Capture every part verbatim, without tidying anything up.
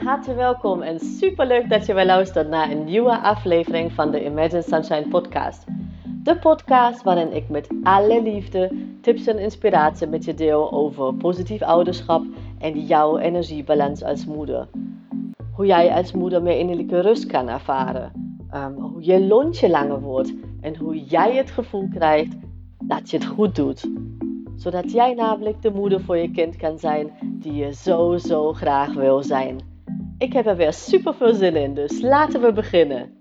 harte welkom en superleuk dat je weer luistert naar een nieuwe aflevering van de Imagine Sunshine podcast. De podcast waarin ik met alle liefde tips en inspiratie met je deel over positief ouderschap en jouw energiebalans als moeder. Hoe jij als moeder meer innerlijke rust kan ervaren, um, hoe je lontje langer wordt en hoe jij het gevoel krijgt dat je het goed doet. Zodat jij namelijk de moeder voor je kind kan zijn die je zo zo graag wil zijn. Ik heb er weer super veel zin in, dus laten we beginnen.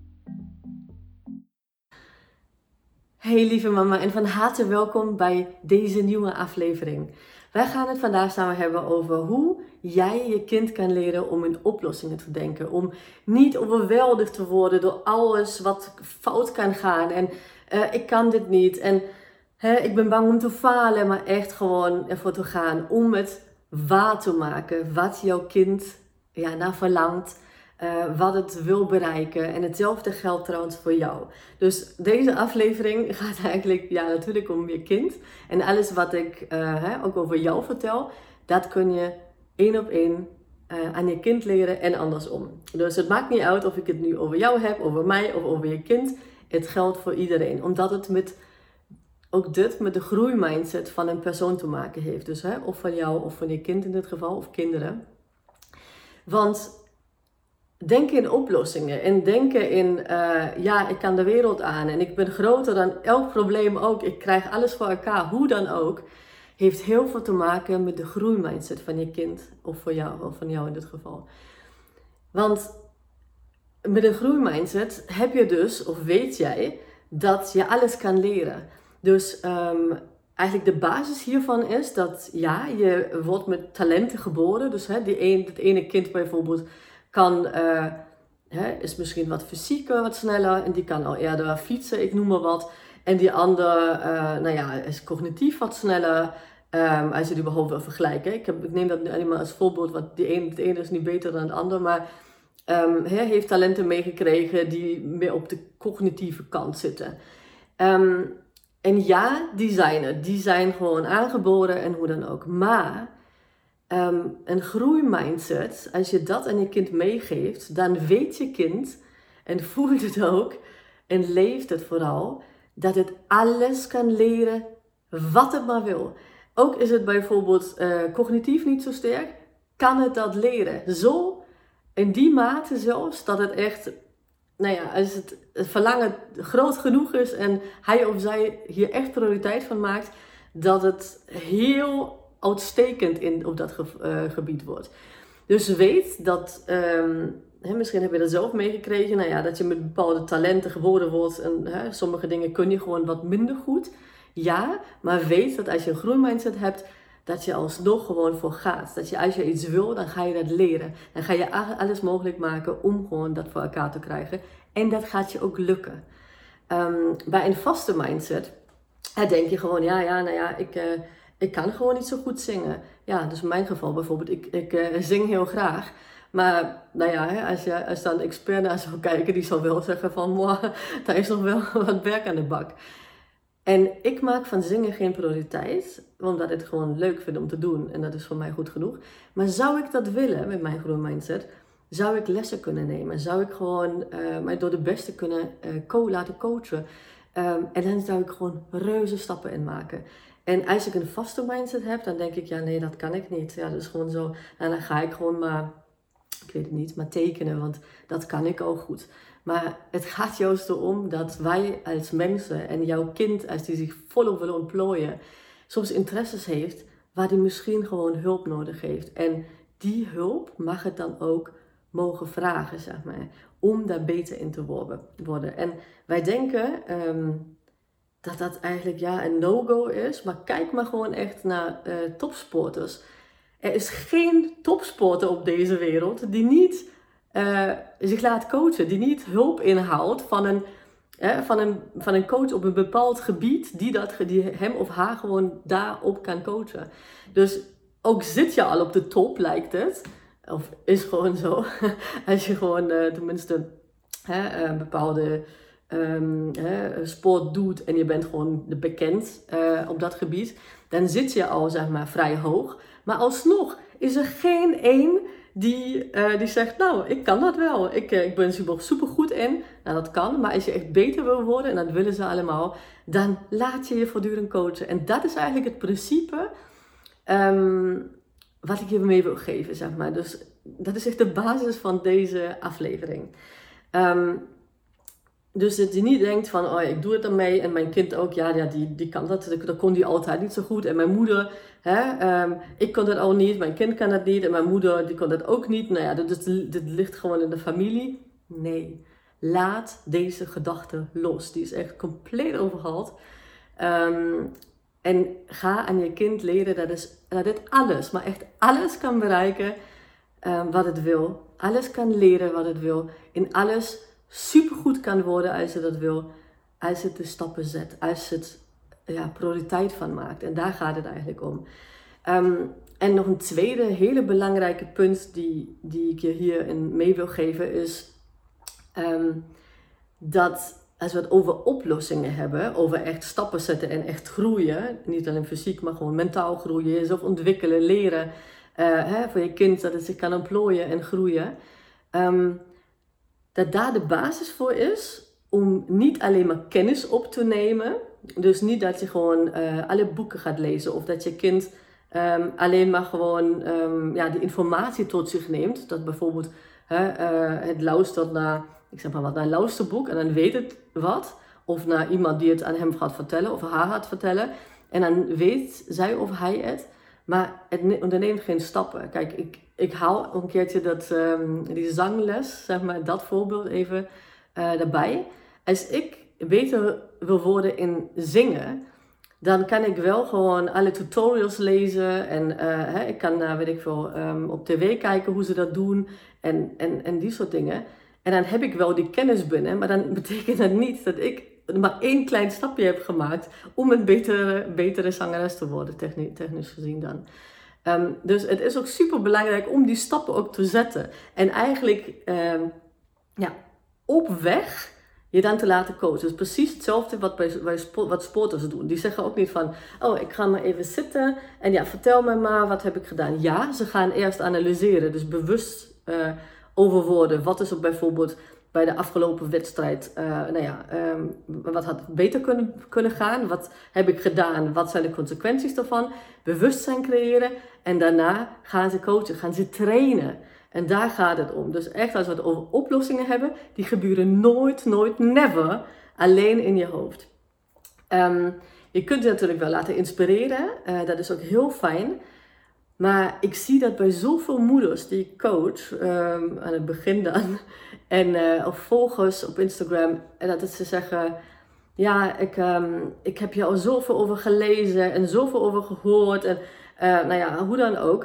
Hey lieve mama en van harte welkom bij deze nieuwe aflevering. Wij gaan het vandaag samen hebben over hoe jij je kind kan leren om in oplossingen te denken. Om niet overweldigd te worden door alles wat fout kan gaan. En uh, ik kan dit niet en He, ik ben bang om te falen, maar echt gewoon ervoor te gaan om het waar te maken wat jouw kind ja, naar verlangt, uh, wat het wil bereiken. En hetzelfde geldt trouwens voor jou. Dus deze aflevering gaat eigenlijk ja, natuurlijk om je kind. En alles wat ik uh, he, ook over jou vertel, dat kun je één op één uh, aan je kind leren en andersom. Dus het maakt niet uit of ik het nu over jou heb, over mij of over je kind. Het geldt voor iedereen, omdat het met ook dit met de groeimindset van een persoon te maken heeft. Dus hè, of van jou of van je kind in dit geval, of kinderen. Want denken in oplossingen en denken in, uh, ja, ik kan de wereld aan en ik ben groter dan elk probleem ook. Ik krijg alles voor elkaar, hoe dan ook. Heeft heel veel te maken met de groeimindset van je kind. Of van jou, of van jou in dit geval. Want met een groeimindset heb je dus, of weet jij, dat je alles kan leren. Dus um, eigenlijk de basis hiervan is dat ja, je wordt met talenten geboren. Dus hè, die een, het ene kind bijvoorbeeld kan, uh, hè, is misschien wat fysieker, wat sneller. En die kan al eerder fietsen, ik noem maar wat. En die andere, uh, nou ja, is cognitief wat sneller. Um, als je die bijvoorbeeld wil vergelijken. Ik, heb, ik neem dat nu alleen maar als voorbeeld, want die een, het ene is niet beter dan het ander. Maar um, hij heeft talenten meegekregen die meer op de cognitieve kant zitten. Um, En ja, die zijn er. Die zijn gewoon aangeboren en hoe dan ook. Maar um, een groeimindset, als je dat aan je kind meegeeft, dan weet je kind en voelt het ook en leeft het vooral, dat het alles kan leren wat het maar wil. Ook is het bijvoorbeeld uh, cognitief niet zo sterk, kan het dat leren. Zo in die mate zelfs dat het echt, nou ja, als het, het verlangen groot genoeg is en hij of zij hier echt prioriteit van maakt, dat het heel uitstekend in, op dat ge, uh, gebied wordt. Dus weet dat, um, hè, misschien heb je dat zelf meegekregen, nou ja, dat je met bepaalde talenten geboren wordt en hè, sommige dingen kun je gewoon wat minder goed. Ja, maar weet dat als je een groeimindset hebt, dat je alsnog gewoon voor gaat. Dat je als je iets wil, dan ga je dat leren. Dan ga je alles mogelijk maken om gewoon dat voor elkaar te krijgen. En dat gaat je ook lukken. Um, bij een vaste mindset, dan denk je gewoon, ja, ja, nou ja, ik, uh, ik kan gewoon niet zo goed zingen. Ja, dus in mijn geval bijvoorbeeld, ik, ik uh, zing heel graag. Maar nou ja, hè, als je als dan een expert naar zou kijken, die zal wel zeggen van, wow, daar is nog wel wat werk aan de bak. En ik maak van zingen geen prioriteit, omdat ik het gewoon leuk vind om te doen. En dat is voor mij goed genoeg. Maar zou ik dat willen met mijn groeimindset, zou ik lessen kunnen nemen. Zou ik gewoon uh, mij door de beste kunnen uh, co- laten coachen. Um, en dan zou ik gewoon reuze stappen in maken. En als ik een vaste mindset heb, dan denk ik, ja nee, dat kan ik niet. Ja, dat is gewoon zo. En dan ga ik gewoon maar, ik weet het niet, maar tekenen, want dat kan ik ook goed. Maar het gaat juist erom dat wij als mensen en jouw kind, als die zich volop wil ontplooien, soms interesses heeft waar die misschien gewoon hulp nodig heeft. En die hulp mag het dan ook mogen vragen, zeg maar, om daar beter in te worden. En wij denken um, dat dat eigenlijk ja, een no-go is, maar kijk maar gewoon echt naar uh, topsporters. Er is geen topsporter op deze wereld die niet uh, zich laat coachen, die niet hulp inhoudt van een, eh, van, een, van een coach op een bepaald gebied die, dat, die hem of haar gewoon daarop kan coachen. Dus ook zit je al op de top, lijkt het, of is gewoon zo, als je gewoon uh, tenminste hè, een bepaalde um, hè, sport doet en je bent gewoon bekend uh, op dat gebied, dan zit je al zeg maar vrij hoog. Maar alsnog is er geen één die, uh, die zegt, nou, ik kan dat wel. Ik, uh, ik ben super, super goed in. Nou, dat kan. Maar als je echt beter wil worden, en dat willen ze allemaal, dan laat je je voortdurend coachen. En dat is eigenlijk het principe um, wat ik je mee wil geven, zeg maar. Dus dat is echt de basis van deze aflevering. Um, Dus dat je niet denkt van, oh ik doe het ermee en mijn kind ook, ja, ja die, die kan dat, dat kon die altijd niet zo goed. En mijn moeder, hè, um, ik kon dat ook niet, mijn kind kan dat niet en mijn moeder die kon dat ook niet. Nou ja, dit, dit ligt gewoon in de familie. Nee, laat deze gedachte los. Die is echt compleet overhaald. Um, en ga aan je kind leren dat, is, dat dit alles, maar echt alles kan bereiken um, wat het wil. Alles kan leren wat het wil. In alles supergoed kan worden als je dat wil, als het de stappen zet, als het ja, prioriteit van maakt. En daar gaat het eigenlijk om. Um, en nog een tweede hele belangrijke punt die, die ik je hierin mee wil geven is um, dat als we het over oplossingen hebben, over echt stappen zetten en echt groeien, niet alleen fysiek, maar gewoon mentaal groeien, jezelf ontwikkelen, leren, uh, hè, voor je kind dat het zich kan ontplooien en groeien. Um, Dat daar de basis voor is om niet alleen maar kennis op te nemen. Dus niet dat je gewoon uh, alle boeken gaat lezen. Of dat je kind um, alleen maar gewoon um, ja, de informatie tot zich neemt. Dat bijvoorbeeld uh, uh, het luistert naar, ik zeg maar wat, naar een luisterboek. En dan weet het wat. Of naar iemand die het aan hem gaat vertellen. Of haar gaat vertellen. En dan weet zij of hij het. Maar het onderneemt geen stappen. Kijk, ik, ik haal een keertje dat, um, die zangles, zeg maar, dat voorbeeld even uh, daarbij. Als ik beter wil worden in zingen, dan kan ik wel gewoon alle tutorials lezen. En uh, hè, ik kan, uh, weet ik veel, um, op tv kijken hoe ze dat doen. En, en, en die soort dingen. En dan heb ik wel die kennis binnen. Maar dan betekent dat niet dat ik maar één klein stapje heb gemaakt om een betere, betere zangeres te worden, technisch, technisch gezien dan. Um, dus het is ook super belangrijk om die stappen ook te zetten. En eigenlijk um, ja, op weg je dan te laten coachen. Dus precies hetzelfde wat, bij, bij sport, wat sporters doen. Die zeggen ook niet van, oh ik ga maar even zitten en ja, vertel me maar wat heb ik gedaan. Ja, ze gaan eerst analyseren, dus bewust uh, over worden. Wat is er bijvoorbeeld bij de afgelopen wedstrijd, uh, nou ja, um, wat had beter kunnen, kunnen gaan? Wat heb ik gedaan? Wat zijn de consequenties daarvan? Bewustzijn creëren. En daarna gaan ze coachen, gaan ze trainen. En daar gaat het om. Dus echt als we het over oplossingen hebben, die gebeuren nooit, nooit, never alleen in je hoofd. Um, je kunt je natuurlijk wel laten inspireren. Uh, dat is ook heel fijn. Maar ik zie dat bij zoveel moeders die ik coach, um, aan het begin dan, en uh, of volgers op Instagram, en dat ze zeggen, ja, ik, um, ik heb hier al zoveel over gelezen en zoveel over gehoord, en uh, nou ja, hoe dan ook.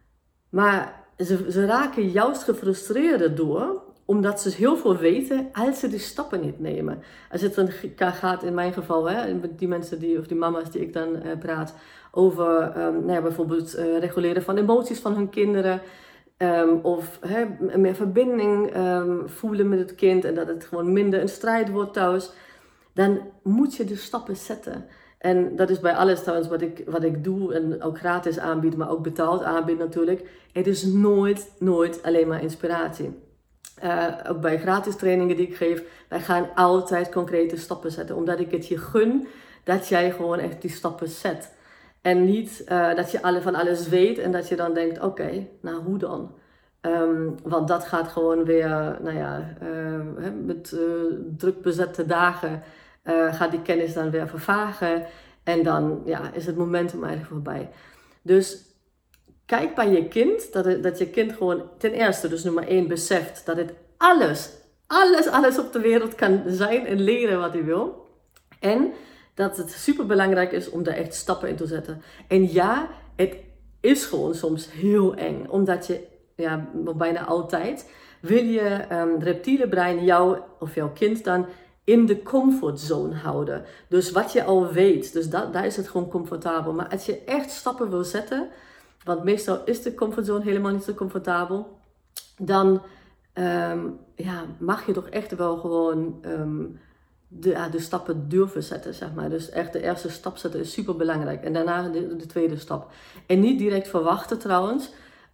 Maar ze, ze raken juist gefrustreerd erdoor, omdat ze heel veel weten als ze die stappen niet nemen. Als het dan gaat, in mijn geval, hè, die mensen die, of die mama's die ik dan uh, praat, over um, nou ja, bijvoorbeeld uh, reguleren van emoties van hun kinderen. Um, of he, meer verbinding um, voelen met het kind en dat het gewoon minder een strijd wordt thuis. Dan moet je de stappen zetten. En dat is bij alles trouwens wat ik, wat ik doe en ook gratis aanbied, maar ook betaald aanbied natuurlijk. Het is nooit, nooit alleen maar inspiratie. Uh, ook bij gratis trainingen die ik geef, wij gaan altijd concrete stappen zetten. Omdat ik het je gun dat jij gewoon echt die stappen zet. En niet uh, dat je alle, van alles weet en dat je dan denkt, oké, okay, nou hoe dan? Um, want dat gaat gewoon weer, nou ja, uh, met uh, druk bezette dagen uh, gaat die kennis dan weer vervagen. En dan ja, is het momentum eigenlijk voorbij. Dus kijk bij je kind, dat, het, dat je kind gewoon ten eerste, dus nummer één, beseft dat het alles, alles, alles op de wereld kan zijn en leren wat hij wil. En dat het super belangrijk is om daar echt stappen in te zetten. En ja, het is gewoon soms heel eng. Omdat je, ja, bijna altijd, wil je um, reptiele brein jou of jouw kind dan in de comfortzone houden. Dus wat je al weet, dus dat, daar is het gewoon comfortabel. Maar als je echt stappen wil zetten, want meestal is de comfortzone helemaal niet zo comfortabel, dan um, ja, mag je toch echt wel gewoon Um, De, ja, de stappen durven zetten, zeg maar. Dus echt de eerste stap zetten is super belangrijk. En daarna de, de tweede stap. En niet direct verwachten trouwens,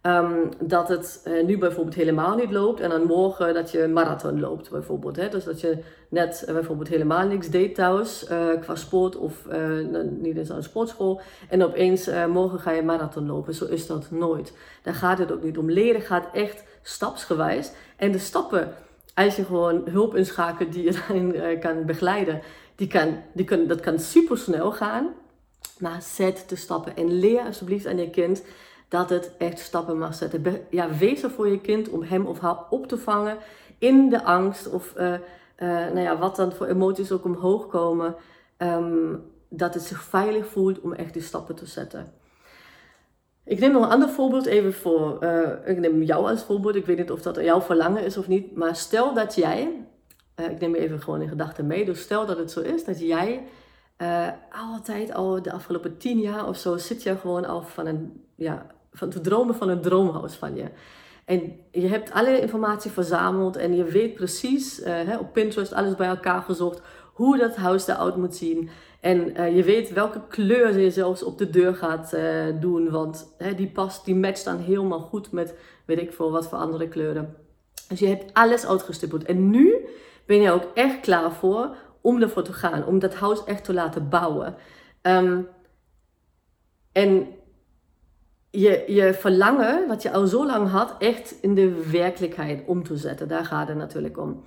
Um, dat het uh, nu bijvoorbeeld helemaal niet loopt en dan morgen dat je een marathon loopt bijvoorbeeld. Hè? Dus dat je net uh, bijvoorbeeld helemaal niks deed thuis uh, qua sport of uh, niet eens aan een sportschool. En opeens uh, morgen ga je een marathon lopen. Zo is dat nooit. Daar gaat het ook niet om. Leren gaat echt stapsgewijs. En de stappen, als je gewoon hulp inschakelt die je dan uh, kan begeleiden, die kan, die kan, dat kan super snel gaan. Maar zet de stappen en leer alsjeblieft aan je kind dat het echt stappen mag zetten. Be- ja, wees er voor je kind om hem of haar op te vangen in de angst of uh, uh, nou ja, wat dan voor emoties ook omhoog komen. Um, dat het zich veilig voelt om echt die stappen te zetten. Ik neem nog een ander voorbeeld even voor. Uh, ik neem jou als voorbeeld. Ik weet niet of dat jouw verlangen is of niet. Maar stel dat jij, uh, ik neem je even gewoon in gedachten mee. Dus stel dat het zo is dat jij uh, altijd al de afgelopen tien jaar of zo zit je gewoon al van een, ja, van te dromen van een droomhuis van je. En je hebt alle informatie verzameld en je weet precies, uh, hè, op Pinterest alles bij elkaar gezocht, hoe dat huis eruit moet zien. En uh, je weet welke kleur je zelfs op de deur gaat uh, doen, want hè, die past, die matcht dan helemaal goed met, weet ik veel, wat voor andere kleuren. Dus je hebt alles uitgestippeld. En nu ben je ook echt klaar voor om ervoor te gaan, om dat huis echt te laten bouwen. Um, en Je, je verlangen, wat je al zo lang had, echt in de werkelijkheid om te zetten. Daar gaat het natuurlijk om.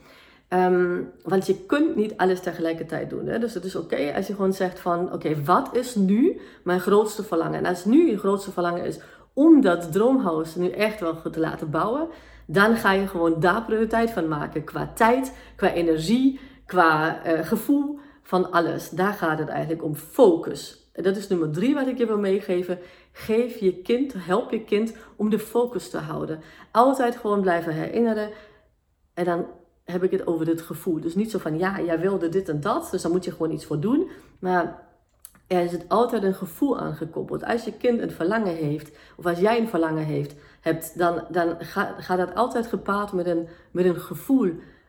Um, want je kunt niet alles tegelijkertijd doen. Hè? Dus het is oké okay als je gewoon zegt van, oké, okay, wat is nu mijn grootste verlangen? En als nu je grootste verlangen is om dat droomhuis nu echt wel goed te laten bouwen, dan ga je gewoon daar prioriteit van maken. Qua tijd, qua energie, qua uh, gevoel, van alles. Daar gaat het eigenlijk om. Focus. Dat is nummer drie wat ik je wil meegeven. Geef je kind, help je kind om de focus te houden. Altijd gewoon blijven herinneren. En dan heb ik het over het gevoel. Dus niet zo van, ja, jij wilde dit en dat, dus dan moet je gewoon iets voor doen. Maar er is het altijd een gevoel aangekoppeld. Als je kind een verlangen heeft, of als jij een verlangen heeft, hebt, dan, dan gaat, gaat dat altijd gepaard met een, met een gevoel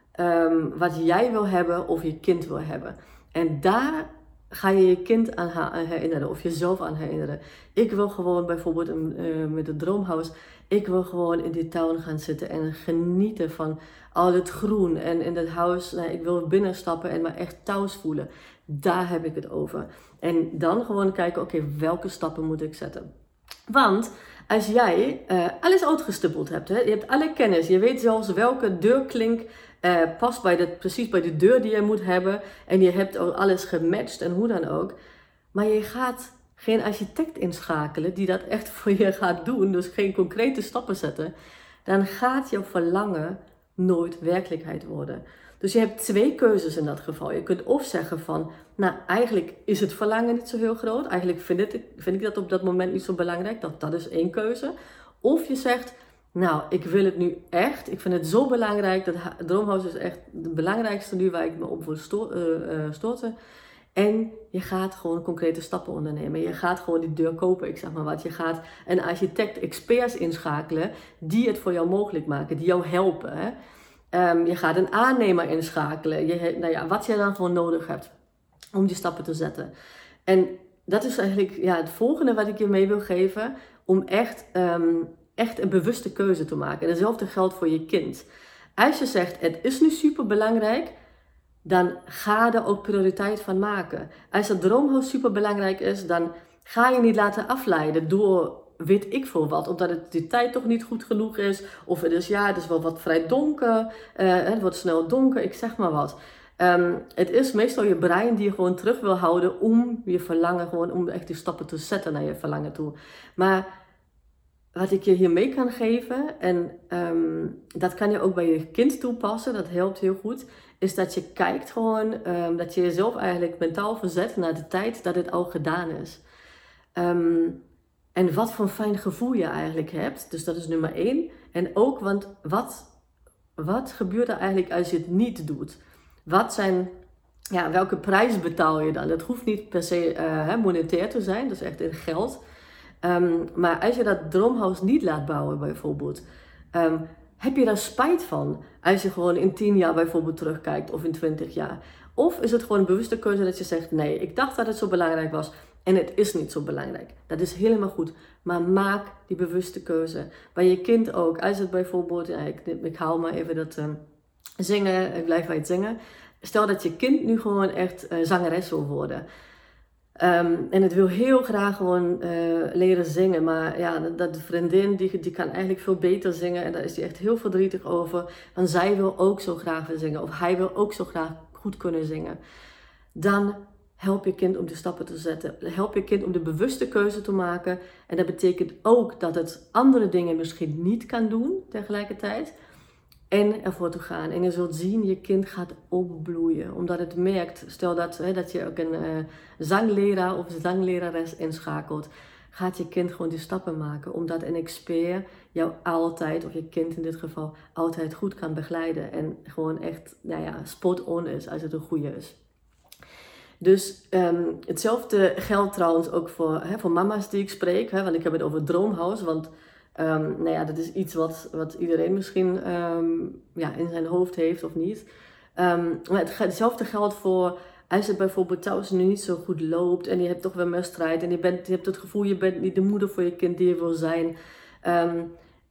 um, wat jij wil hebben of je kind wil hebben. En daar ga je je kind aan herinneren of jezelf aan herinneren. Ik wil gewoon bijvoorbeeld uh, met het droomhuis, ik wil gewoon in die tuin gaan zitten en genieten van al het groen. En in dat huis, nou, ik wil binnenstappen en me echt thuis voelen. Daar heb ik het over. En dan gewoon kijken, oké, okay, welke stappen moet ik zetten? Want als jij uh, alles uitgestippeld hebt, hè, je hebt alle kennis, je weet zelfs welke deurklink uh, past bij de, precies bij de deur die je moet hebben. En je hebt al alles gematcht en hoe dan ook. Maar je gaat geen architect inschakelen die dat echt voor je gaat doen, dus geen concrete stappen zetten. Dan gaat jouw verlangen nooit werkelijkheid worden. Dus je hebt twee keuzes in dat geval. Je kunt of zeggen van, nou eigenlijk is het verlangen niet zo heel groot. Eigenlijk vind ik, vind ik dat op dat moment niet zo belangrijk. Dat, dat is één keuze. Of je zegt, nou ik wil het nu echt. Ik vind het zo belangrijk. Dat het droomhuis is echt het belangrijkste nu waar ik me op wil sto- uh, uh, storten. En je gaat gewoon concrete stappen ondernemen. Je gaat gewoon die deur kopen, ik zeg maar wat. Je gaat een architect, experts inschakelen die het voor jou mogelijk maken. Die jou helpen, hè. Um, je gaat een aannemer inschakelen. Je, nou ja, wat je dan gewoon nodig hebt om die stappen te zetten. En dat is eigenlijk ja, het volgende wat ik je mee wil geven. Om echt, um, echt een bewuste keuze te maken. En hetzelfde geldt voor je kind. Als je zegt, het is nu super belangrijk, dan ga er ook prioriteit van maken. Als het droomhuis super belangrijk is, dan ga je niet laten afleiden door weet ik veel wat, omdat het die tijd toch niet goed genoeg is, of het is ja, het is wel wat vrij donker, uh, het wordt snel donker, ik zeg maar wat. Um, het is meestal je brein die je gewoon terug wil houden om je verlangen, gewoon om echt die stappen te zetten naar je verlangen toe. Maar wat ik je hier mee kan geven, en um, dat kan je ook bij je kind toepassen, dat helpt heel goed, is dat je kijkt gewoon, um, dat je jezelf eigenlijk mentaal verzet naar de tijd dat het al gedaan is. Um, En wat voor een fijn gevoel je eigenlijk hebt. Dus dat is nummer één. En ook, want wat, wat gebeurt er eigenlijk als je het niet doet? Wat zijn, ja, welke prijs betaal je dan? Dat hoeft niet per se uh, monetair te zijn, dat is echt in geld. Um, maar als je dat droomhuis niet laat bouwen bijvoorbeeld, um, heb je daar spijt van? Als je gewoon in tien jaar bijvoorbeeld terugkijkt of in twintig jaar. Of is het gewoon een bewuste keuze dat je zegt, nee, ik dacht dat het zo belangrijk was. En het is niet zo belangrijk. Dat is helemaal goed. Maar maak die bewuste keuze. Bij je kind ook. Als het bijvoorbeeld, ja, ik, ik haal maar even dat uh, zingen, ik blijf bij het zingen. Stel dat je kind nu gewoon echt uh, zangeres wil worden. Um, en het wil heel graag gewoon uh, leren zingen. Maar ja, dat, dat vriendin die, die kan eigenlijk veel beter zingen. En daar is hij echt heel verdrietig over. Want zij wil ook zo graag willen zingen. Of hij wil ook zo graag goed kunnen zingen. Dan help je kind om de stappen te zetten. Help je kind om de bewuste keuze te maken. En dat betekent ook dat het andere dingen misschien niet kan doen tegelijkertijd. En ervoor te gaan. En je zult zien, je kind gaat opbloeien. Omdat het merkt, stel dat, hè, dat je ook een uh, zangleraar of zanglerares inschakelt. Gaat je kind gewoon die stappen maken. Omdat een expert jou altijd, of je kind in dit geval, altijd goed kan begeleiden. En gewoon echt, nou ja, spot on is als het een goede is. Dus um, hetzelfde geldt trouwens ook voor, hè, voor mama's die ik spreek. Hè, want ik heb het over Droomhuis. Want um, nou ja, dat is iets wat, wat iedereen misschien um, ja, in zijn hoofd heeft of niet. Um, maar het, hetzelfde geldt voor als het bijvoorbeeld thuis nu niet zo goed loopt. En je hebt toch wel meer strijd. En je, bent, je hebt het gevoel, je bent niet de moeder voor je kind die je wil zijn. Um,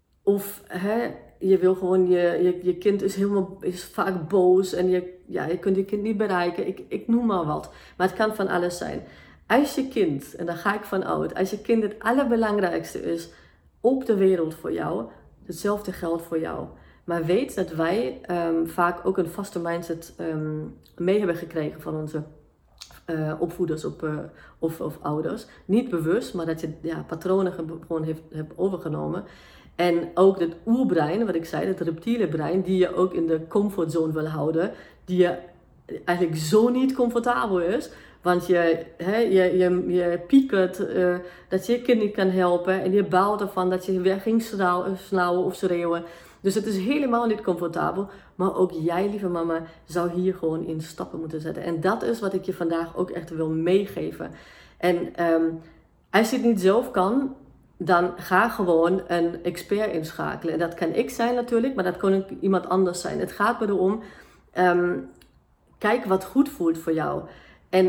of hè, je wil gewoon, je, je, je kind is, helemaal, is vaak boos en je, ja, je kunt je kind niet bereiken. Ik, ik noem maar wat. Maar het kan van alles zijn. Als je kind, en daar ga ik van uit, als je kind het allerbelangrijkste is op de wereld voor jou, hetzelfde geldt voor jou. Maar weet dat wij um, vaak ook een vaste mindset um, mee hebben gekregen van onze uh, opvoeders op, uh, of, of ouders. Niet bewust, maar dat je ja, patronen gewoon heeft, hebt overgenomen. En ook het oerbrein, wat ik zei, het reptiele brein, die je ook in de comfortzone wil houden, die je eigenlijk zo niet comfortabel is. Want je, hè, je, je, je piekert uh, dat je je kind niet kan helpen en je baalt ervan dat je weer ging snauwen of schreeuwen. Dus het is helemaal niet comfortabel. Maar ook jij, lieve mama, zou hier gewoon in stappen moeten zetten. En dat is wat ik je vandaag ook echt wil meegeven. En um, als je het niet zelf kan, dan ga gewoon een expert inschakelen. En dat kan ik zijn natuurlijk, maar dat kan ook iemand anders zijn. Het gaat me erom, um, kijk wat goed voelt voor jou. En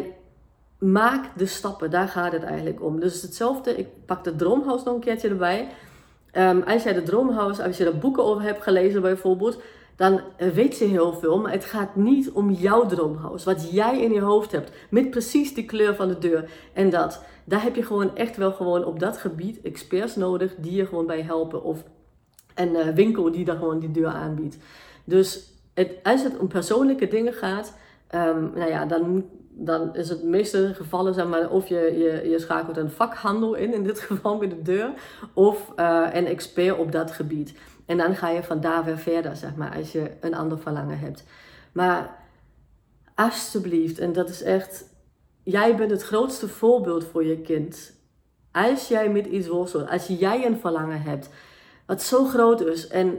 maak de stappen, daar gaat het eigenlijk om. Dus hetzelfde, ik pak de Droomhuis nog een keertje erbij. Um, als jij de Droomhuis, als je er boeken over hebt gelezen bijvoorbeeld, dan weet je heel veel. Maar het gaat niet om jouw Droomhuis. Wat jij in je hoofd hebt. Met precies die kleur van de deur. En dat. Daar heb je gewoon echt wel gewoon op dat gebied experts nodig die je gewoon bij helpen. Of een uh, winkel die dan gewoon die deur aanbiedt. Dus het, als het om persoonlijke dingen gaat, um, nou ja, dan, dan is het meeste gevallen, zeg maar, of je, je, je schakelt een vakhandel in, in dit geval bij de deur, of uh, een expert op dat gebied. En dan ga je van daar weer verder, zeg maar, als je een ander verlangen hebt. Maar alsjeblieft, en dat is echt, jij bent het grootste voorbeeld voor je kind. Als jij met iets worstelt, als jij een verlangen hebt, wat zo groot is, en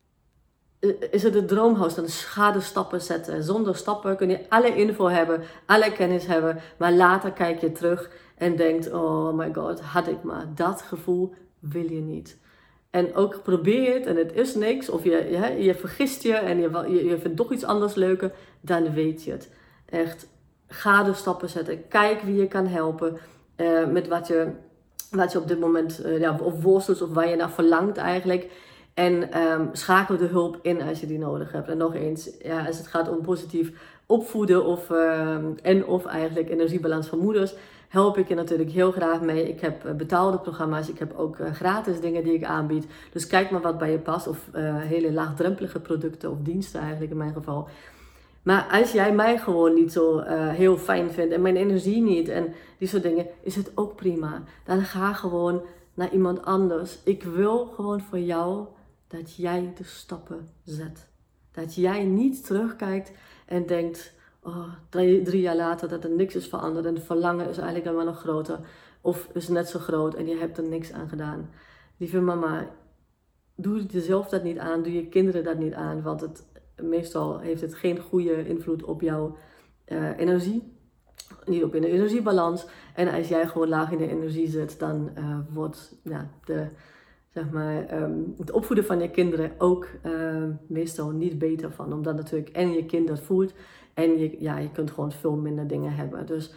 is het het Droomhuis, dan ga de stappen zetten. Zonder stappen kun je alle info hebben, alle kennis hebben, maar later kijk je terug en denkt, oh my god, had ik maar. Dat gevoel wil je niet. En ook probeer het en het is niks, of je, je, je vergist je en je, je, je vindt toch iets anders leuker, dan weet je het. Echt, ga de stappen zetten. Kijk wie je kan helpen uh, met wat je, wat je op dit moment, uh, ja, of worstelt, of waar je naar verlangt eigenlijk. En um, schakel de hulp in als je die nodig hebt. En nog eens, ja, als het gaat om positief opvoeden of, uh, en of eigenlijk energiebalans van moeders, help ik je natuurlijk heel graag mee. Ik heb betaalde programma's, ik heb ook uh, gratis dingen die ik aanbied. Dus kijk maar wat bij je past. Of uh, hele laagdrempelige producten of diensten eigenlijk in mijn geval. Maar als jij mij gewoon niet zo uh, heel fijn vindt en mijn energie niet en die soort dingen, is het ook prima. Dan ga gewoon naar iemand anders. Ik wil gewoon voor jou dat jij de stappen zet. Dat jij niet terugkijkt en denkt, oh, drie, drie jaar later dat er niks is veranderd en het verlangen is eigenlijk dan wel nog groter. Of is net zo groot en je hebt er niks aan gedaan. Lieve mama, doe jezelf dat niet aan, doe je kinderen dat niet aan. Want het, meestal heeft het geen goede invloed op jouw uh, energie. Niet op je energiebalans. En als jij gewoon laag in de energie zit, dan uh, wordt ja, de... Zeg maar, um, het opvoeden van je kinderen ook uh, meestal niet beter van. Omdat natuurlijk en je kind dat voelt en je, ja, je kunt gewoon veel minder dingen hebben. Dus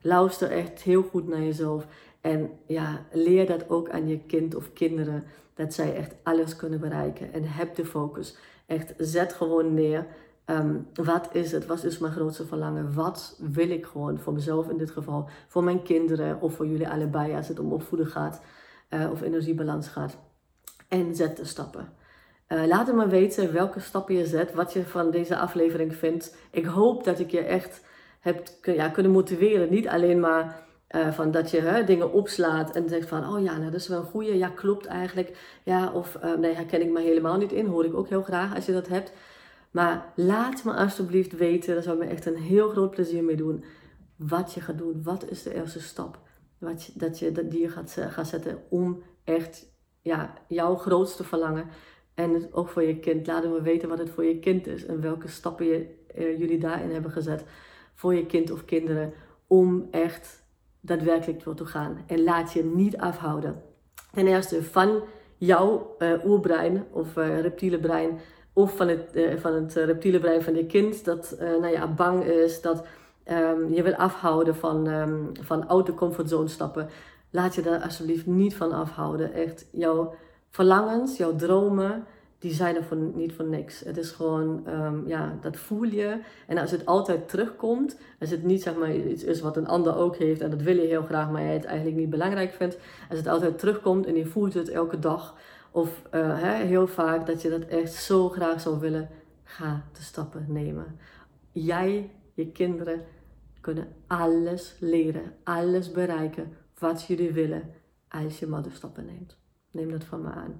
luister echt heel goed naar jezelf. En ja, leer dat ook aan je kind of kinderen. Dat zij echt alles kunnen bereiken. En heb de focus. Echt, zet gewoon neer. Um, wat is het? Wat is mijn grootste verlangen? Wat wil ik gewoon voor mezelf in dit geval? Voor mijn kinderen of voor jullie allebei als het om opvoeden gaat. Uh, of energiebalans gaat. En zet de stappen. Uh, laat me weten welke stappen je zet. Wat je van deze aflevering vindt. Ik hoop dat ik je echt heb ja, kunnen motiveren. Niet alleen maar... Uh, van dat je hè, dingen opslaat en zegt van, oh ja, nou dat is wel een goeie, ja klopt eigenlijk. Ja, of uh, nee, herken ik me helemaal niet in, hoor ik ook heel graag als je dat hebt. Maar laat me alsjeblieft weten, daar zou me echt een heel groot plezier mee doen. Wat je gaat doen, wat is de eerste stap wat je, dat je dat die je gaat, gaat zetten om echt ja, jouw grootste verlangen. En ook voor je kind, laat me weten wat het voor je kind is en welke stappen je, uh, jullie daarin hebben gezet voor je kind of kinderen om echt... daadwerkelijk voor te gaan. En laat je niet afhouden. Ten eerste van jouw uh, oerbrein of uh, reptiele brein. Of van het, uh, van het reptiele brein van je kind. Dat uh, nou ja, bang is. Dat um, je wil afhouden van, um, van out of comfortzone stappen. Laat je daar alsjeblieft niet van afhouden. Echt, jouw verlangens, jouw dromen... die zijn er voor, niet voor niks. Het is gewoon, um, ja, dat voel je. En als het altijd terugkomt, als het niet zeg maar iets is wat een ander ook heeft en dat wil je heel graag, maar jij het eigenlijk niet belangrijk vindt. Als het altijd terugkomt en je voelt het elke dag of uh, hè, heel vaak dat je dat echt zo graag zou willen, ga de stappen nemen. Jij, je kinderen kunnen alles leren, alles bereiken wat jullie willen als je maar de stappen neemt. Neem dat van me aan.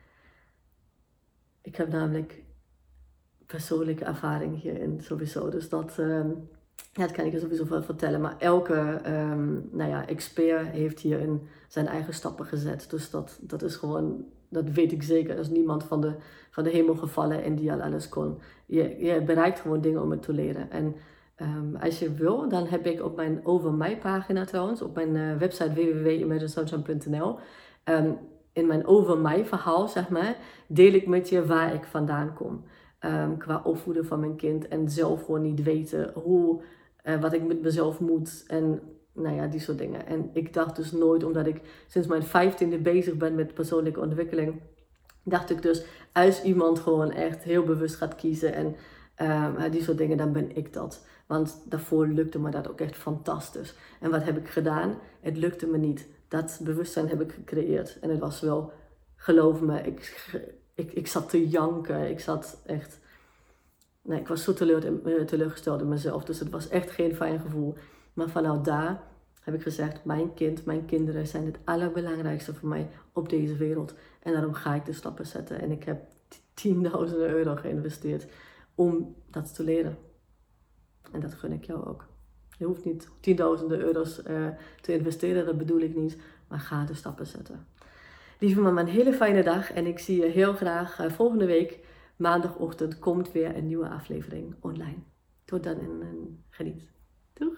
Ik heb namelijk persoonlijke ervaring hierin sowieso. Dus dat, um, ja, dat kan ik je sowieso wel vertellen. Maar elke um, nou ja, expert heeft hierin zijn eigen stappen gezet. Dus dat, dat is gewoon, dat weet ik zeker. Er is niemand van de, van de hemel gevallen en die al alles kon. Je, je bereikt gewoon dingen om het te leren. En um, als je wil, dan heb ik op mijn Over Mij pagina trouwens, op mijn uh, website w w w punt imagine sunshine punt n l... Um, in mijn over mij verhaal, zeg maar, deel ik met je waar ik vandaan kom. Um, qua opvoeden van mijn kind en zelf gewoon niet weten hoe, uh, wat ik met mezelf moet en nou ja, die soort dingen. En ik dacht dus nooit, omdat ik sinds mijn vijftiende bezig ben met persoonlijke ontwikkeling, dacht ik dus, als iemand gewoon echt heel bewust gaat kiezen en um, die soort dingen, dan ben ik dat. Want daarvoor lukte me dat ook echt fantastisch. En wat heb ik gedaan? Het lukte me niet. Dat bewustzijn heb ik gecreëerd. En het was wel, geloof me, ik, ik, ik zat te janken. Ik zat echt, nee, ik was zo teleur, teleurgesteld in mezelf. Dus het was echt geen fijn gevoel. Maar vanuit daar heb ik gezegd, mijn kind, mijn kinderen zijn het allerbelangrijkste voor mij op deze wereld. En daarom ga ik de stappen zetten. En ik heb tienduizenden euro geïnvesteerd om dat te leren. En dat gun ik jou ook. Je hoeft niet tienduizenden euro's uh, te investeren, dat bedoel ik niet. Maar ga de stappen zetten. Lieve mama, een hele fijne dag. En ik zie je heel graag uh, volgende week. Maandagochtend komt weer een nieuwe aflevering online. Tot dan en uh, geniet. Doeg!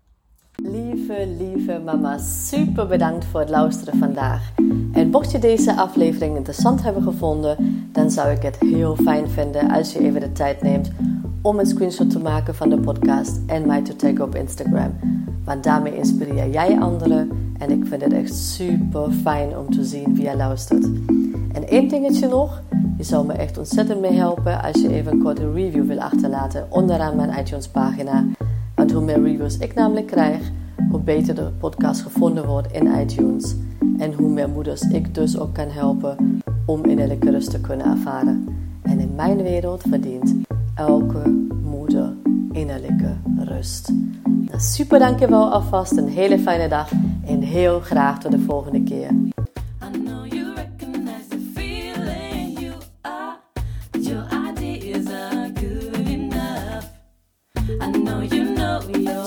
Lieve, lieve mama, super bedankt voor het luisteren vandaag. En mocht je deze aflevering interessant hebben gevonden, dan zou ik het heel fijn vinden als je even de tijd neemt om een screenshot te maken van de podcast en mij te taggen op Instagram. Want daarmee inspireer jij anderen en ik vind het echt super fijn om te zien wie jij luistert. En één dingetje nog, je zou me echt ontzettend mee helpen als je even een korte review wil achterlaten onderaan mijn iTunes pagina. Want hoe meer reviews ik namelijk krijg, hoe beter de podcast gevonden wordt in iTunes. En hoe meer moeders ik dus ook kan helpen om innerlijke rust te kunnen ervaren. En in mijn wereld verdient elke moeder innerlijke rust. Nou, super dankjewel alvast, een hele fijne dag en heel graag tot de volgende keer. I know you know you're